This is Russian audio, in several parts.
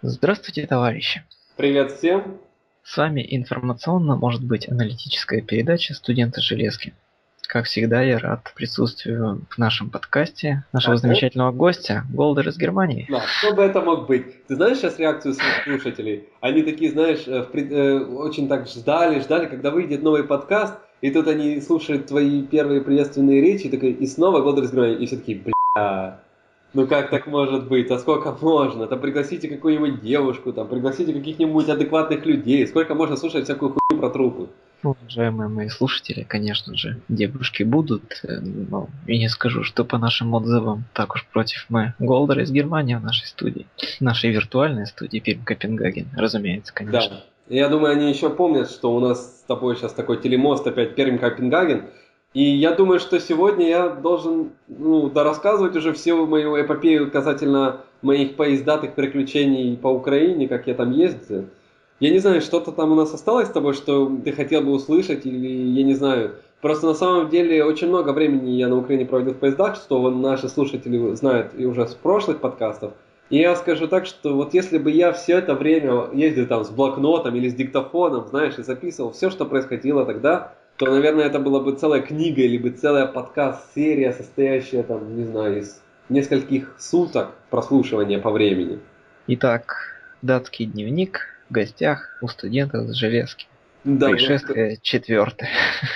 Здравствуйте, товарищи! Привет всем! С вами информационно, может быть, аналитическая передача «Студенты железки». Как всегда, я рад присутствию в нашем подкасте нашего Ага. замечательного гостя, Голдер из Германии. Да, кто бы это мог быть? Ты знаешь сейчас реакцию слушателей? Они такие, знаешь, очень так ждали, когда выйдет новый подкаст, и тут они слушают твои первые приветственные речи, и снова Голдер из Германии, и все такие, бля, ну как так может быть? А сколько можно? Там пригласите какую-нибудь девушку, там пригласите каких-нибудь адекватных людей. Сколько можно слушать всякую хуйню про трупы? Уважаемые мои слушатели, конечно же, девушки будут, но я не скажу, что по нашим отзывам так уж против мы Голдера из Германии в нашей студии. Нашей виртуальной студии Пермь Копенгаген, разумеется, конечно. Да. И я думаю, они еще помнят, что у нас с тобой сейчас такой телемост опять Пермь-Копенгаген. И я думаю, что сегодня я должен рассказывать уже всю мою эпопею касательно моих поездатых приключений по Украине, как я там ездил. Я не знаю, что-то там у нас осталось с тобой, что ты хотел бы услышать, или я не знаю. Просто на самом деле очень много времени я на Украине проводил в поездах, что наши слушатели знают и уже с прошлых подкастов. И я скажу так, что вот если бы я все это время ездил там с блокнотом или с диктофоном, знаешь, и записывал все, что происходило тогда, то, наверное, это была бы целая книга или бы целая подкаст-серия, состоящая там, не знаю, из нескольких суток прослушивания по времени. Итак, датский дневник в гостях у студента с железки. Да, Происшествие четвертое.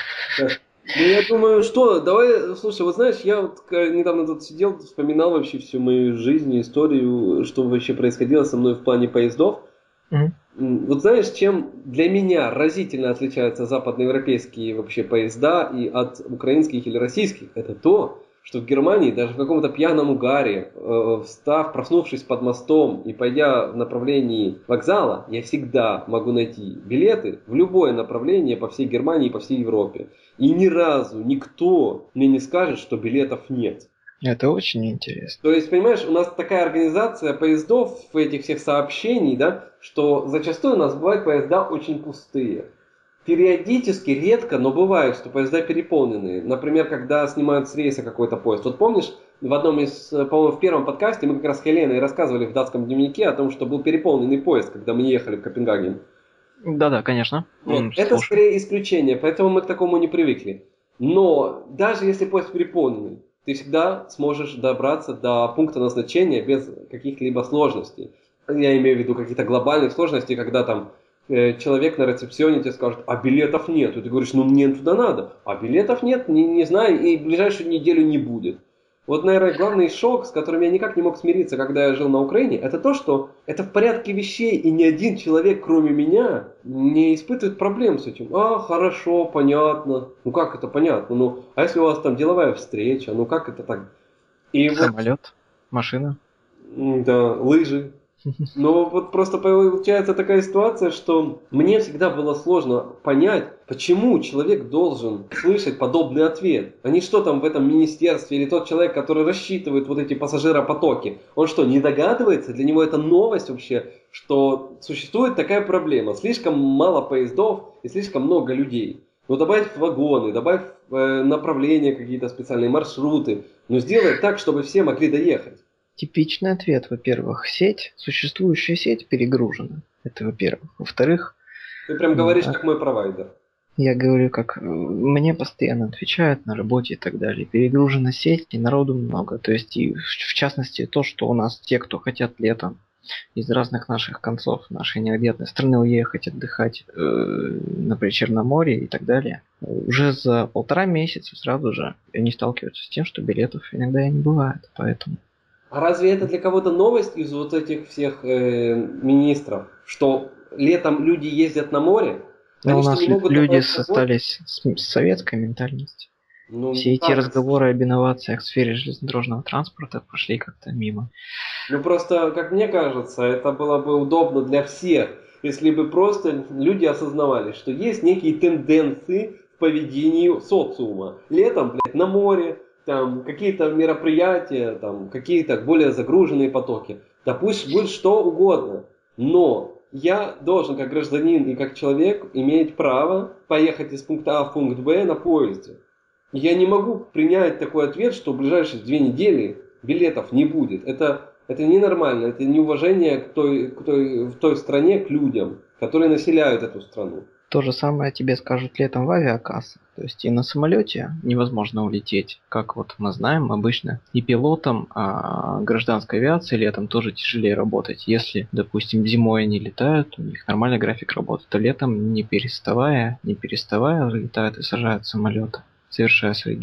ну я думаю, что, давай, слушай, вот знаешь, я вот недавно тут сидел, вспоминал вообще всю мою жизнь, историю, что вообще происходило со мной в плане поездов. Мгм. Вот знаешь, чем для меня разительно отличаются западноевропейские вообще поезда и от украинских или российских, это то, что в Германии даже в каком-то пьяном угаре, проснувшись под мостом и пойдя в направлении вокзала, я всегда могу найти билеты в любое направление по всей Германии и по всей Европе. И ни разу никто мне не скажет, что билетов нет. Это очень интересно. То есть, понимаешь, у нас такая организация поездов, этих всех сообщений, да, что зачастую у нас бывают поезда очень пустые. Периодически, редко, но бывает, что поезда переполненные. Например, когда снимают с рейса какой-то поезд. Вот помнишь, в одном из, по-моему, в первом подкасте мы как раз с Хеленой рассказывали в датском дневнике о том, что был переполненный поезд, когда мы ехали в Копенгаген. Да-да, конечно. Вот. Это Слушай. скорее исключение, поэтому мы к такому не привыкли. Но даже если поезд переполненный, ты всегда сможешь добраться до пункта назначения без каких-либо сложностей. Я имею в виду каких-то глобальных сложностей, когда там человек на рецепционе тебе скажет, а билетов нет. И ты говоришь, ну мне туда надо. А билетов нет, не знаю, и в ближайшую неделю не будет. Вот, наверное, главный шок, с которым я никак не мог смириться, когда я жил на Украине, это то, что это в порядке вещей, и ни один человек, кроме меня, не испытывает проблем с этим. А, хорошо, понятно. Ну как это понятно? Ну, а если у вас там деловая встреча? Ну как это так? И вот, Самолет, машина. да, лыжи. Но вот просто получается такая ситуация, что мне всегда было сложно понять, почему человек должен слышать подобный ответ. Они что там в этом министерстве или тот человек, который рассчитывает вот эти пассажиропотоки, он что, не догадывается? Для него это новость вообще, что существует такая проблема. Слишком мало поездов и слишком много людей. Ну добавь вагоны, добавь направления какие-то специальные, маршруты. Но сделай так, чтобы все могли доехать. Типичный ответ, во-первых, существующая сеть перегружена. Это во-первых. Во-вторых, Ты прям говоришь, а, как мой провайдер. я говорю, как мне постоянно отвечают на работе и так далее. Перегружена сеть, и народу много. То есть, и в частности, то, что у нас те, кто хотят летом из разных наших концов нашей необъятной страны уехать отдыхать на Причерноморье и так далее, уже за 1,5 месяца сразу же они сталкиваются с тем, что билетов иногда и не бывает. Поэтому А разве это для кого-то новость из вот этих всех министров, что летом люди ездят на море? но Они у что, нас не могут люди добавить вагон? остались с советской ментальностью. Ну Все эти как это? разговоры об инновациях в сфере железнодорожного транспорта прошли как-то мимо. Ну просто, как мне кажется, это было бы удобно для всех, если бы просто люди осознавали, что есть некие тенденции в поведении социума. Летом, блядь, на море, там какие-то мероприятия, там какие-то более загруженные потоки. Да пусть будет что угодно. Но я должен, как гражданин и как человек, иметь право поехать из пункта А в пункт Б на поезде. Я не могу принять такой ответ, что в ближайшие 2 недели билетов не будет. Это Это ненормально, это неуважение в той стране к людям, которые населяют эту страну. То же самое тебе скажут летом в авиакассах. То есть и на самолете невозможно улететь. Как вот мы знаем, обычно и пилотам гражданской авиации летом тоже тяжелее работать. Если, допустим, зимой они летают, у них нормальный график работы, то летом не переставая летают и сажают самолеты, совершая свою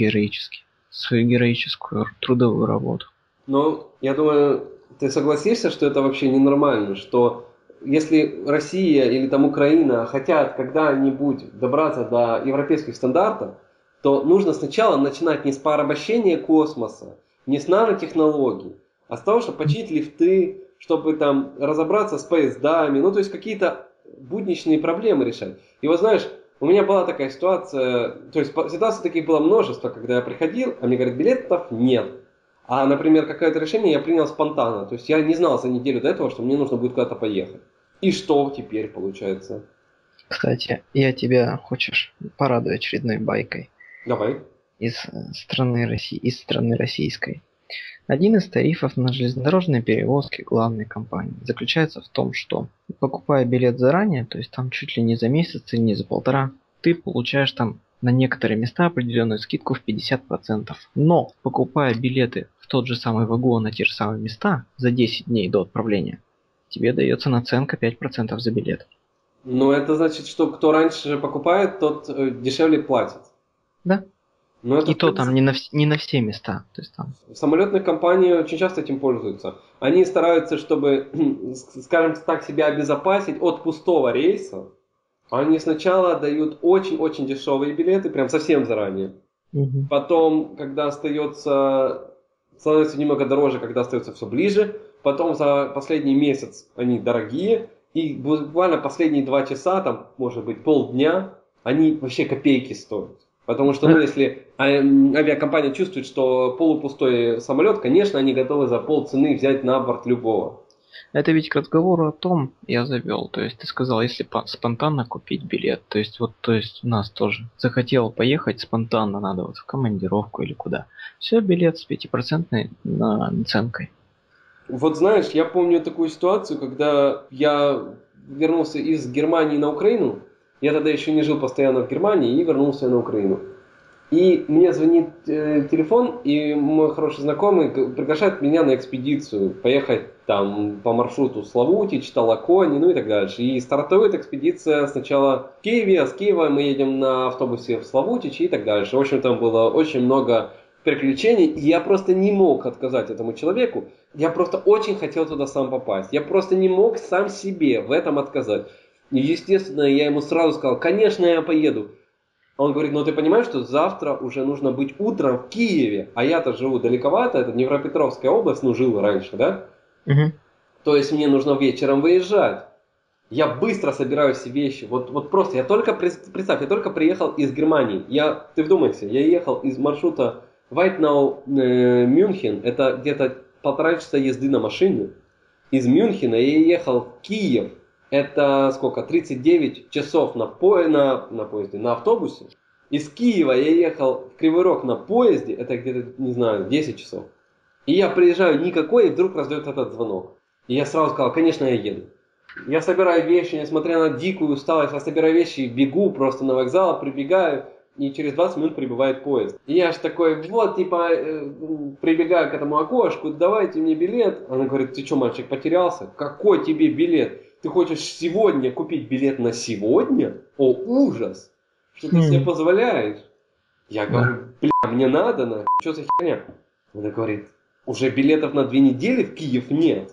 героическую трудовую работу. Но я думаю, ты согласишься, что это вообще ненормально, что если Россия или там Украина хотят когда-нибудь добраться до европейских стандартов, то нужно сначала начинать не с порабощения космоса, не с нанотехнологий, а с того, чтобы починить лифты, чтобы там разобраться с поездами, ну то есть какие-то будничные проблемы решать. И вот знаешь, у меня была такая ситуация, то есть ситуаций таких было множество, когда я приходил, а мне говорят, билетов нет. А, например, какое-то решение я принял спонтанно. То есть я не знал за неделю до этого, что мне нужно будет куда-то поехать. И что теперь получается? Кстати, я тебя хочешь порадовать очередной байкой Давай. из страны российской. Один из тарифов на железнодорожные перевозки главной компании заключается в том, что покупая билет заранее, то есть там чуть ли не за месяц или не за полтора, ты получаешь там на некоторые места определенную скидку в 50%. Но покупая билеты в тот же самый вагон на те же самые места за 10 дней до отправления, тебе дается наценка 5% за билет. Но это значит, что кто раньше покупает, тот дешевле платит. Да. Но это, И то там не на все места. То есть там... Самолетные компании очень часто этим пользуются. Они стараются, чтобы, скажем так, себя обезопасить от пустого рейса. Они сначала дают очень-очень дешевые билеты, прям совсем заранее. Угу. Потом, когда становится немного дороже, когда остается все ближе. Потом за последний месяц они дорогие. И буквально последние 2 часа, там, может быть, полдня, они вообще копейки стоят. Потому что, ну, если авиакомпания чувствует, что полупустой самолет, конечно, они готовы за полцены взять на борт любого. Это ведь к разговору о том я завел. То есть ты сказал, если спонтанно купить билет. То есть у нас тоже захотел поехать спонтанно, надо вот в командировку или куда. Все, билет с 5% наценкой. Вот знаешь, я помню такую ситуацию, когда я вернулся из Германии на Украину. Я тогда еще не жил постоянно в Германии и вернулся на Украину. И мне звонит телефон, и мой хороший знакомый приглашает меня на экспедицию. Поехать там по маршруту Славутич, Толоконь, ну и так дальше. И стартует экспедиция сначала в Киеве, а с Киева мы едем на автобусе в Славутич и так дальше. В общем, там было очень много приключений, и я просто не мог отказать этому человеку. Я просто очень хотел туда сам попасть. Я просто не мог сам себе в этом отказать. И, естественно, я ему сразу сказал, конечно, я поеду. Он говорит, ну ты понимаешь, что завтра уже нужно быть утром в Киеве, а я-то живу далековато, это Днепропетровская область, ну жил раньше, да? Угу. То есть мне нужно вечером выезжать. Я быстро собираю все вещи. Вот просто, представь, я только приехал из Германии. Ты вдумайся, я ехал из маршрута Вайтнау-Мюнхен, это где-то 1,5 часа езды на машине. Из Мюнхена я ехал в Киев. Это сколько? 39 часов на поезде, на автобусе. Из Киева я ехал в Кривой Рог на поезде, это где-то, не знаю, 10 часов. И я приезжаю никакой, и вдруг раздает этот звонок. И я сразу сказал, конечно, я еду. Я собираю вещи, несмотря на дикую усталость, я собираю вещи, бегу просто на вокзал, прибегаю, и через 20 минут прибывает поезд. И я ж такой, вот, типа, прибегаю к этому окошку, давайте мне билет. Она говорит, ты что, мальчик, потерялся? Какой тебе билет? Ты хочешь сегодня купить билет на сегодня? О, ужас! Что ты себе позволяешь? Я говорю, бля, мне надо, что за херня? Она говорит, уже билетов на 2 недели в Киев нет.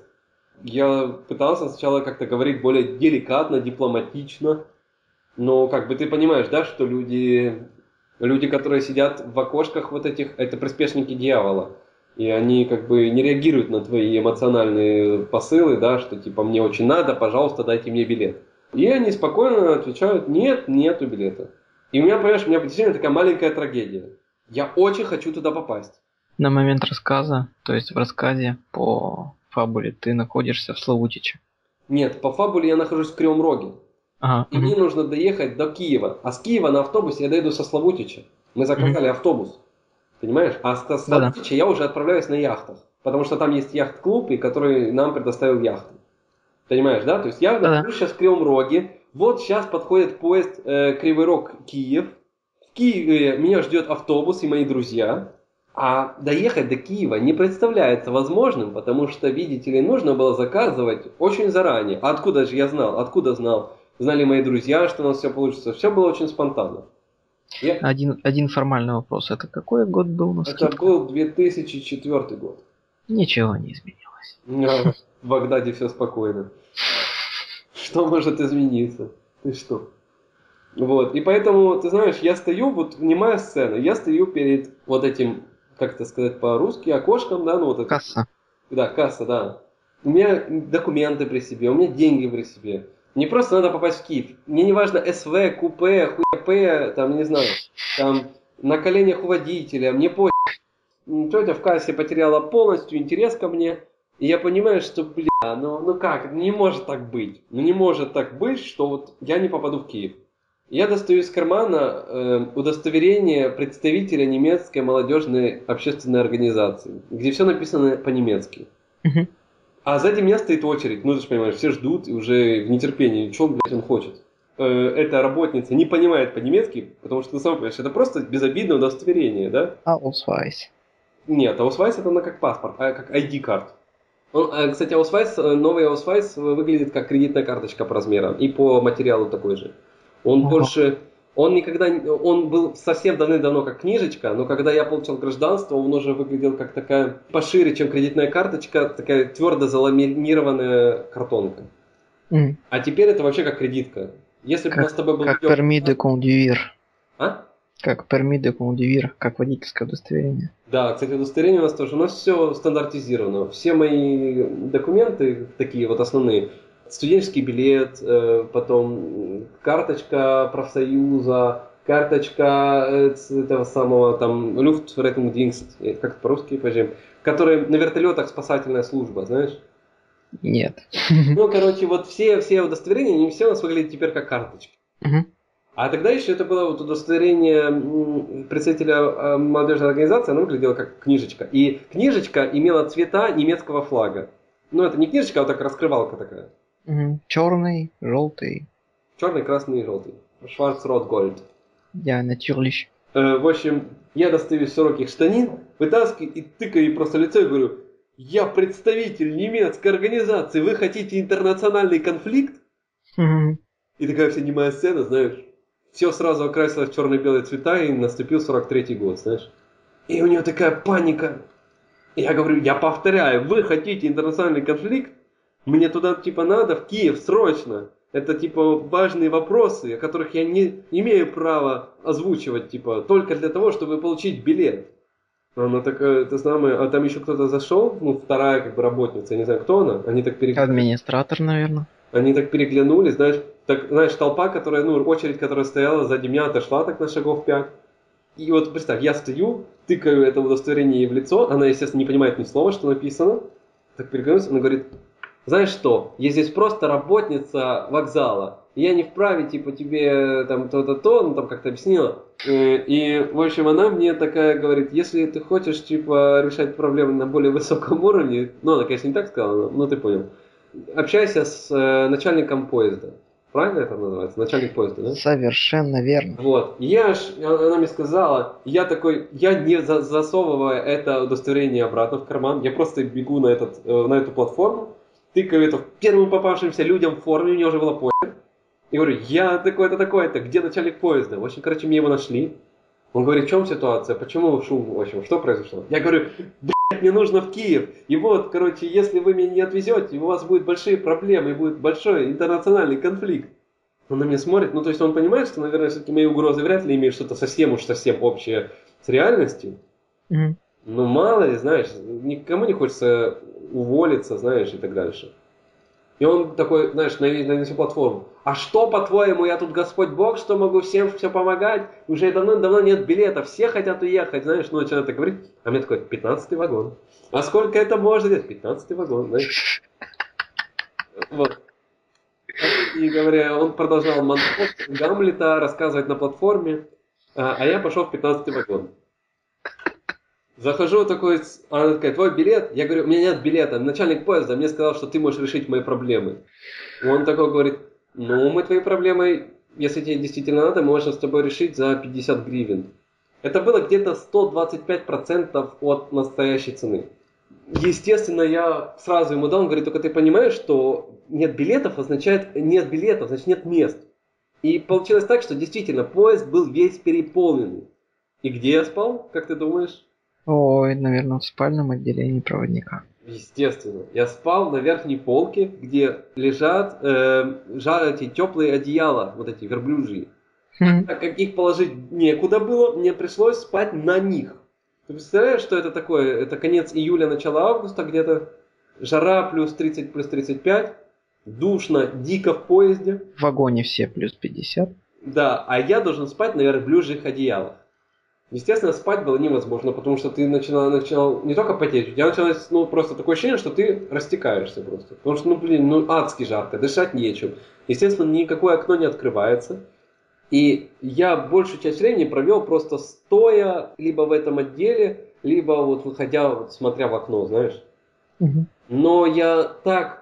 Я пытался сначала как-то говорить более деликатно, дипломатично. Но как бы ты понимаешь, да, что люди, которые сидят в окошках вот этих, это приспешники дьявола. И они как бы не реагируют на твои эмоциональные посылы, да, что типа мне очень надо, пожалуйста, дайте мне билет. И они спокойно отвечают, нет, нету билета. И у меня, понимаешь, у меня действительно такая маленькая трагедия. Я очень хочу туда попасть. На момент рассказа, то есть в рассказе по фабуле, ты находишься в Славутиче. Нет, по фабуле я нахожусь в Кривом Роге. Ага, И мне нужно доехать до Киева. А с Киева на автобусе я доеду со Славутича. Мы заказали автобус. Понимаешь? А с Славутича я уже отправляюсь на яхтах. потому что там есть яхт-клуб, и который нам предоставил яхту. Понимаешь, да? То есть я Да. нахожусь сейчас в Кривом Роге, вот сейчас подходит поезд Кривой Рог-Киев, в Киеве меня ждет автобус и мои друзья, а доехать до Киева не представляется возможным, потому что, видите ли, нужно было заказывать очень заранее. А откуда же я знал? Откуда знал? Знали мои друзья, что у нас все получится. Все было очень спонтанно. Один формальный вопрос. Это какой год был на Это скидку? был 2004 год. Ничего не изменилось. В Багдаде все спокойно. Что может измениться? Ты что? Вот. И поэтому, ты знаешь, я стою, вот внимая сцену, я стою перед вот этим, как это сказать по-русски, окошком, да, ну вот это. Касса. Да, касса, да. У меня документы при себе, у меня деньги при себе. Мне просто надо попасть в Киев. Мне не важно СВ, купе, хуяпе, там, не знаю, там, на коленях у водителя. Мне по... Тетя в кассе потеряла полностью интерес ко мне. И я понимаю, что, ну как, не может так быть. Ну не может так быть, что вот я не попаду в Киев. Я достаю из кармана удостоверение представителя немецкой молодежной общественной организации, где все написано по-немецки. Мгм. А сзади меня стоит очередь, ну ты же понимаешь, все ждут и уже в нетерпении, что он хочет. Эта работница не понимает по-немецки, потому что ты сам понимаешь, это просто безобидное удостоверение, да? Ausweis. Нет, аусвайс это как паспорт, а как ID-карт. Кстати, аусвайс, новый аусвайс выглядит как кредитная карточка по размерам и по материалу такой же. Он Ого. больше, он был совсем давным-давно как книжечка, но когда я получил гражданство, он уже выглядел как такая пошире, чем кредитная карточка, такая твердо заламинированная картонка. М. А теперь это вообще как кредитка. Если бы у нас с тобой был Как permis de conduire. А? Как permis de conduire. Как водительское удостоверение. Да, кстати, удостоверение у нас тоже. У нас все стандартизировано. Все мои документы, такие вот основные, студенческий билет, потом карточка профсоюза, карточка этого самого там Luftrettungsdienst, как это по-русски, подожди, который на вертолетах спасательная служба, знаешь? Нет. Ну, короче, вот все удостоверения, они все у нас выглядят теперь как карточки. Мгм. А тогда еще это было вот удостоверение представителя молодежной организации, оно выглядело как книжечка. И книжечка имела цвета немецкого флага. Ну, это не книжечка, а вот так раскрывалка такая. Мгм. Черный, желтый. Черный, красный и желтый. Schwarz, Rot, Gold. Я natürlich. В общем, я достаю из широких штанин, вытаскиваю и тыкаю ей просто в лицо и говорю: я представитель немецкой организации, вы хотите интернациональный конфликт? Мгм. И такая вся немая сцена, знаешь. Все сразу окрасилось в черно-белые цвета, и наступил 43-й год, знаешь. И у нее такая паника. Я говорю, я повторяю, вы хотите интернациональный конфликт? Мне туда типа надо, в Киев, срочно. Это типа важные вопросы, о которых я не имею права озвучивать, типа, только для того, чтобы получить билет. Она такая, ты знаешь, а там еще кто-то зашел, ну, вторая как бы работница, я не знаю, кто она, Администратор, наверное. они так переглянулись, знаешь, так, знаешь, толпа, которая, ну, очередь, которая стояла сзади меня, отошла так на шагов 5. И вот представь, я стою, тыкаю это удостоверение ей в лицо, она, естественно, не понимает ни слова, что написано. Так переглянулась, она говорит, знаешь что, я здесь просто работница вокзала, и я не вправе, типа, тебе там то-то-то, ну, там как-то объяснила. И, в общем, она мне такая говорит, если ты хочешь, типа, решать проблемы на более высоком уровне, ну, она, конечно, не так сказала, но ты понял, общайся с начальником поезда. Правильно это называется? Начальник поезда, да? Совершенно верно. Вот. Она мне сказала, я такой, я не засовывая это удостоверение обратно в карман, я просто бегу на эту платформу, тыкаю это первым попавшимся людям в форме, мне уже было похер. И говорю, я такой-то, такой-то, где начальник поезда? В общем, короче, мне его нашли. Он говорит, в чем ситуация, почему шум, в общем, что произошло? Я говорю, мне нужно в Киев. И вот, короче, если вы меня не отвезете, у вас будут большие проблемы, и будет большой интернациональный конфликт. Он на меня смотрит, ну то есть он понимает, что, наверное, все-таки мои угрозы вряд ли имеют что-то совсем общее с реальностью. Мгм. Но мало ли, знаешь, никому не хочется уволиться, знаешь, и так дальше. И он такой, знаешь, на всю платформу. А что, по-твоему, я тут Господь Бог, что могу всем все помогать? Уже давно нет билетов, все хотят уехать, знаешь, ну, начинает так говорить. А мне такой, 15-й вагон. А сколько это можно делать? 15-й вагон, знаешь. Вот. И говоря, он продолжал монолог Гамлета рассказывать на платформе, а я пошел в 15-й вагон. Захожу такой, она такая, твой билет? Я говорю, у меня нет билета. Начальник поезда мне сказал, что ты можешь решить мои проблемы. Он такой говорит, ну, мы твои проблемы, если тебе действительно надо, мы можем с тобой решить за 50 гривен. Это было где-то 125% от настоящей цены. Естественно, я сразу ему дал, он говорит, только ты понимаешь, что нет билетов означает нет билетов, значит нет мест. И получилось так, что действительно поезд был весь переполненный. И где я спал, как ты думаешь? Ой, наверное, в спальном отделении проводника. Естественно. Я спал на верхней полке, где лежат эти теплые одеяла, вот эти верблюжьи. Хм. Так как их положить некуда было, мне пришлось спать на них. Ты представляешь, что это такое? Это конец июля, начало августа где-то. Жара плюс 30, плюс 35. Душно, дико в поезде. В вагоне все плюс 50. Да, а я должен спать на верблюжьих одеялах. Естественно, спать было невозможно, потому что ты начинал не только потеть, у тебя началось, просто такое ощущение, что ты растекаешься просто. Потому что, адски жарко, дышать нечем. Естественно, никакое окно не открывается. И я большую часть времени провел просто стоя либо в этом отделе, либо вот выходя, вот смотря в окно, знаешь. Мгм. Но я так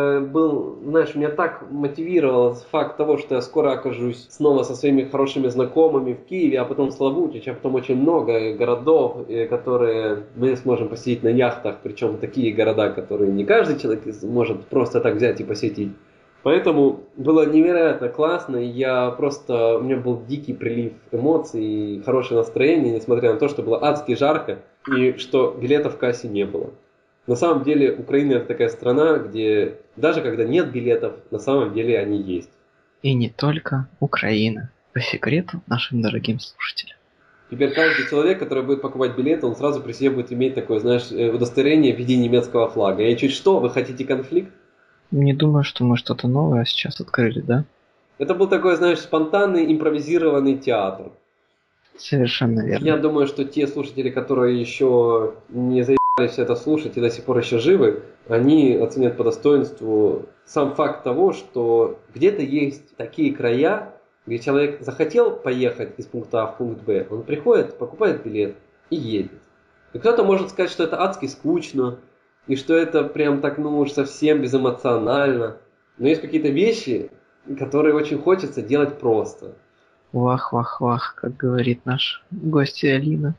меня так мотивировал факт того, что я скоро окажусь снова со своими хорошими знакомыми в Киеве, а потом в Славутиче, а потом очень много городов, которые мы сможем посетить на яхтах, причем такие города, которые не каждый человек может просто так взять и посетить. Поэтому было невероятно классно, и у меня был дикий прилив эмоций и хорошее настроение, несмотря на то, что было адски жарко и что билетов в кассе не было. На самом деле Украина это такая страна, где даже когда нет билетов, на самом деле они есть. И не только Украина. По секрету нашим дорогим слушателям. Теперь каждый человек, который будет покупать билеты, он сразу при себе будет иметь такое, знаешь, удостоверение в виде немецкого флага. И чуть что, вы хотите конфликт? Не думаю, что мы что-то новое сейчас открыли, да? Это был такой, знаешь, спонтанный импровизированный театр. Совершенно верно. Я думаю, что те слушатели, которые еще не заебались это слушать и до сих пор еще живы, они оценят по достоинству сам факт того, что где-то есть такие края, где человек захотел поехать из пункта А в пункт Б, он приходит, покупает билет и едет. И кто-то может сказать, что это адски скучно, и что это прям так, уж совсем безэмоционально. Но есть какие-то вещи, которые очень хочется делать просто. Вах-вах-вах, как говорит наш гость Алина.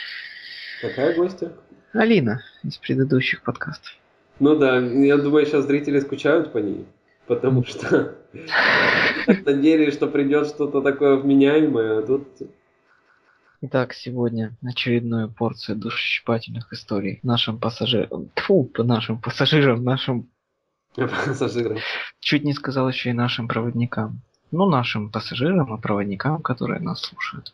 Какая гостья? Алина из предыдущих подкастов. Ну да, я думаю, сейчас зрители скучают по ней, потому что так надеялись, что придет что-то такое вменяемое, а тут... Итак, сегодня очередную порцию душещипательных историй нашим пассажирам. По нашим пассажирам, нашим... Пассажирам. Чуть не сказал еще и нашим проводникам. Ну, нашим пассажирам и проводникам, которые нас слушают.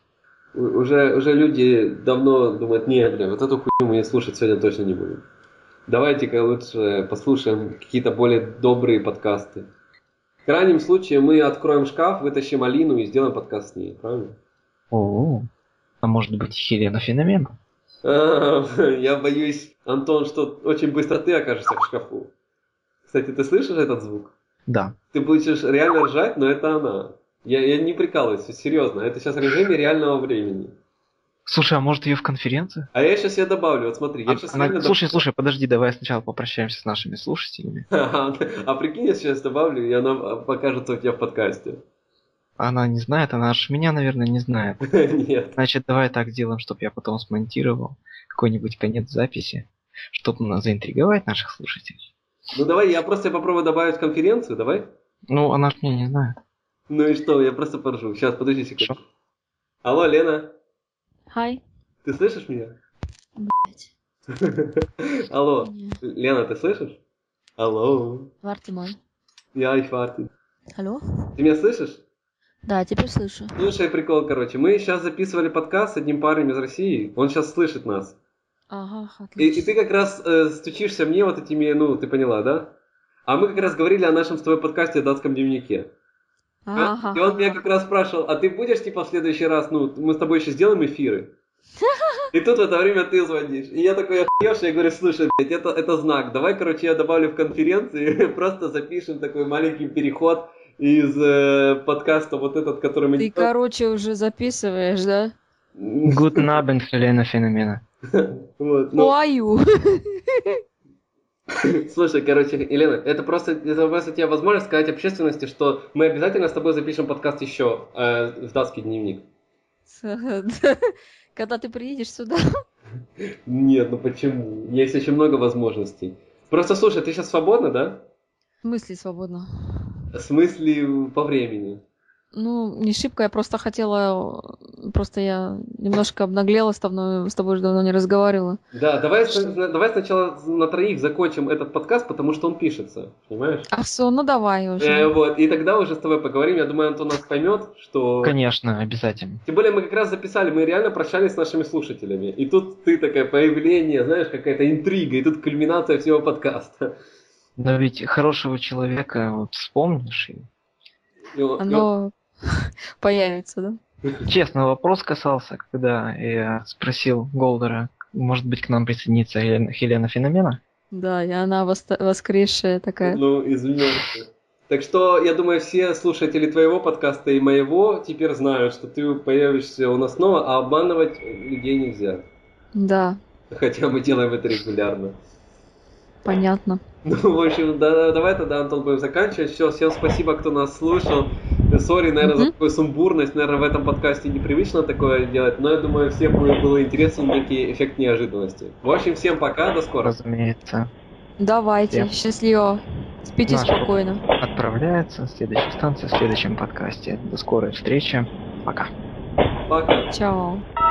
Уже люди давно думают, нет, вот эту хуйню мы слушать сегодня точно не будем. Давайте-ка лучше послушаем какие-то более добрые подкасты. В крайнем случае мы откроем шкаф, вытащим Алину и сделаем подкаст с ней, правильно? О, а может быть Хелена Феномена? Я боюсь, Антон, что очень быстро ты окажешься в шкафу. Кстати, ты слышишь этот звук? Да. Ты будешь реально ржать, но это она. Я не прикалываюсь, серьезно. Это сейчас режим реального времени. Слушай, а может ее в конференции? А я сейчас ее добавлю, вот смотри. Я сейчас реально Слушай, подожди, давай сначала попрощаемся с нашими слушателями. А прикинь, я сейчас добавлю, и она покажется у тебя в подкасте. Она не знает, она аж меня, наверное, не знает. Нет. Значит, давай так сделаем, чтобы я потом смонтировал какой-нибудь конец записи, чтобы заинтриговать наших слушателей. Ну давай, я просто попробую добавить конференцию, давай. Ну, она ж меня не знает. Ну и что, я просто поржу. Сейчас, подожди секунду. Шо? Алло, Лена. Хай. Ты слышишь меня? Блять. Алло, Не. Лена, ты слышишь? Алло. Варти мой. Я и Фарти. Алло? Ты меня слышишь? Да, теперь слышу. Слушай, прикол, короче. Мы сейчас записывали подкаст с одним парнем из России. Он сейчас слышит нас. Ага, И отлично. ты как раз стучишься мне вот этими, ты поняла, да? А мы как раз говорили о нашем с тобой подкасте о датском дневнике. Ага. И он меня как раз спрашивал, а ты будешь, типа, в следующий раз, мы с тобой еще сделаем эфиры? И тут в это время ты звонишь. И я такой охуевший, я говорю, слушай, блядь, это знак. Давай, короче, я добавлю в конференции, просто запишем такой маленький переход из подкаста вот этот, который мы... Ты, короче, уже записываешь, да? Guten Abend, Helena Феномена. Вот, ну, Ою. слушай, короче, Елена, это просто тебе возможность сказать общественности, что мы обязательно с тобой запишем подкаст еще в датский дневник. Когда ты приедешь сюда? Нет, ну почему? Есть очень много возможностей. Просто слушай, ты сейчас свободна, да? В смысле свободно? В смысле по времени? Ну, не шибко, я просто хотела... Просто я немножко обнаглела с тобой уже давно не разговаривала. Да, давай сначала на троих закончим этот подкаст, потому что он пишется, понимаешь? А все, ну давай уже. Вот, и тогда уже с тобой поговорим. Я думаю, Антон нас поймет, что... Конечно, обязательно. Тем более мы как раз записали, мы реально прощались с нашими слушателями. И тут ты такое появление, знаешь, какая-то интрига, и тут кульминация всего подкаста. Но ведь хорошего человека вот вспомнишь. Оно появится, да? Честно, вопрос касался, когда я спросил Голдера, может быть, к нам присоединится Хелена Феномена? Да, и она воскресшая такая. Ну, извиняйся. Так что, я думаю, все слушатели твоего подкаста и моего теперь знают, что ты появишься у нас снова, а обманывать людей нельзя. Да, Хотя мы делаем это регулярно. понятно. Ну, в общем, давай тогда, Антон, будем заканчивать. Все, всем спасибо, кто нас слушал. Сори, наверное, за такую сумбурность. Наверное, в этом подкасте непривычно такое делать, но я думаю, всем было интересно некий эффект неожиданности. В общем, всем пока, до скорого. Разумеется. Давайте, Всем. счастливо. Спите Наш спокойно. Отправляется. Следующая станция в следующем подкасте. До скорой встречи. Пока. Пока. Чао.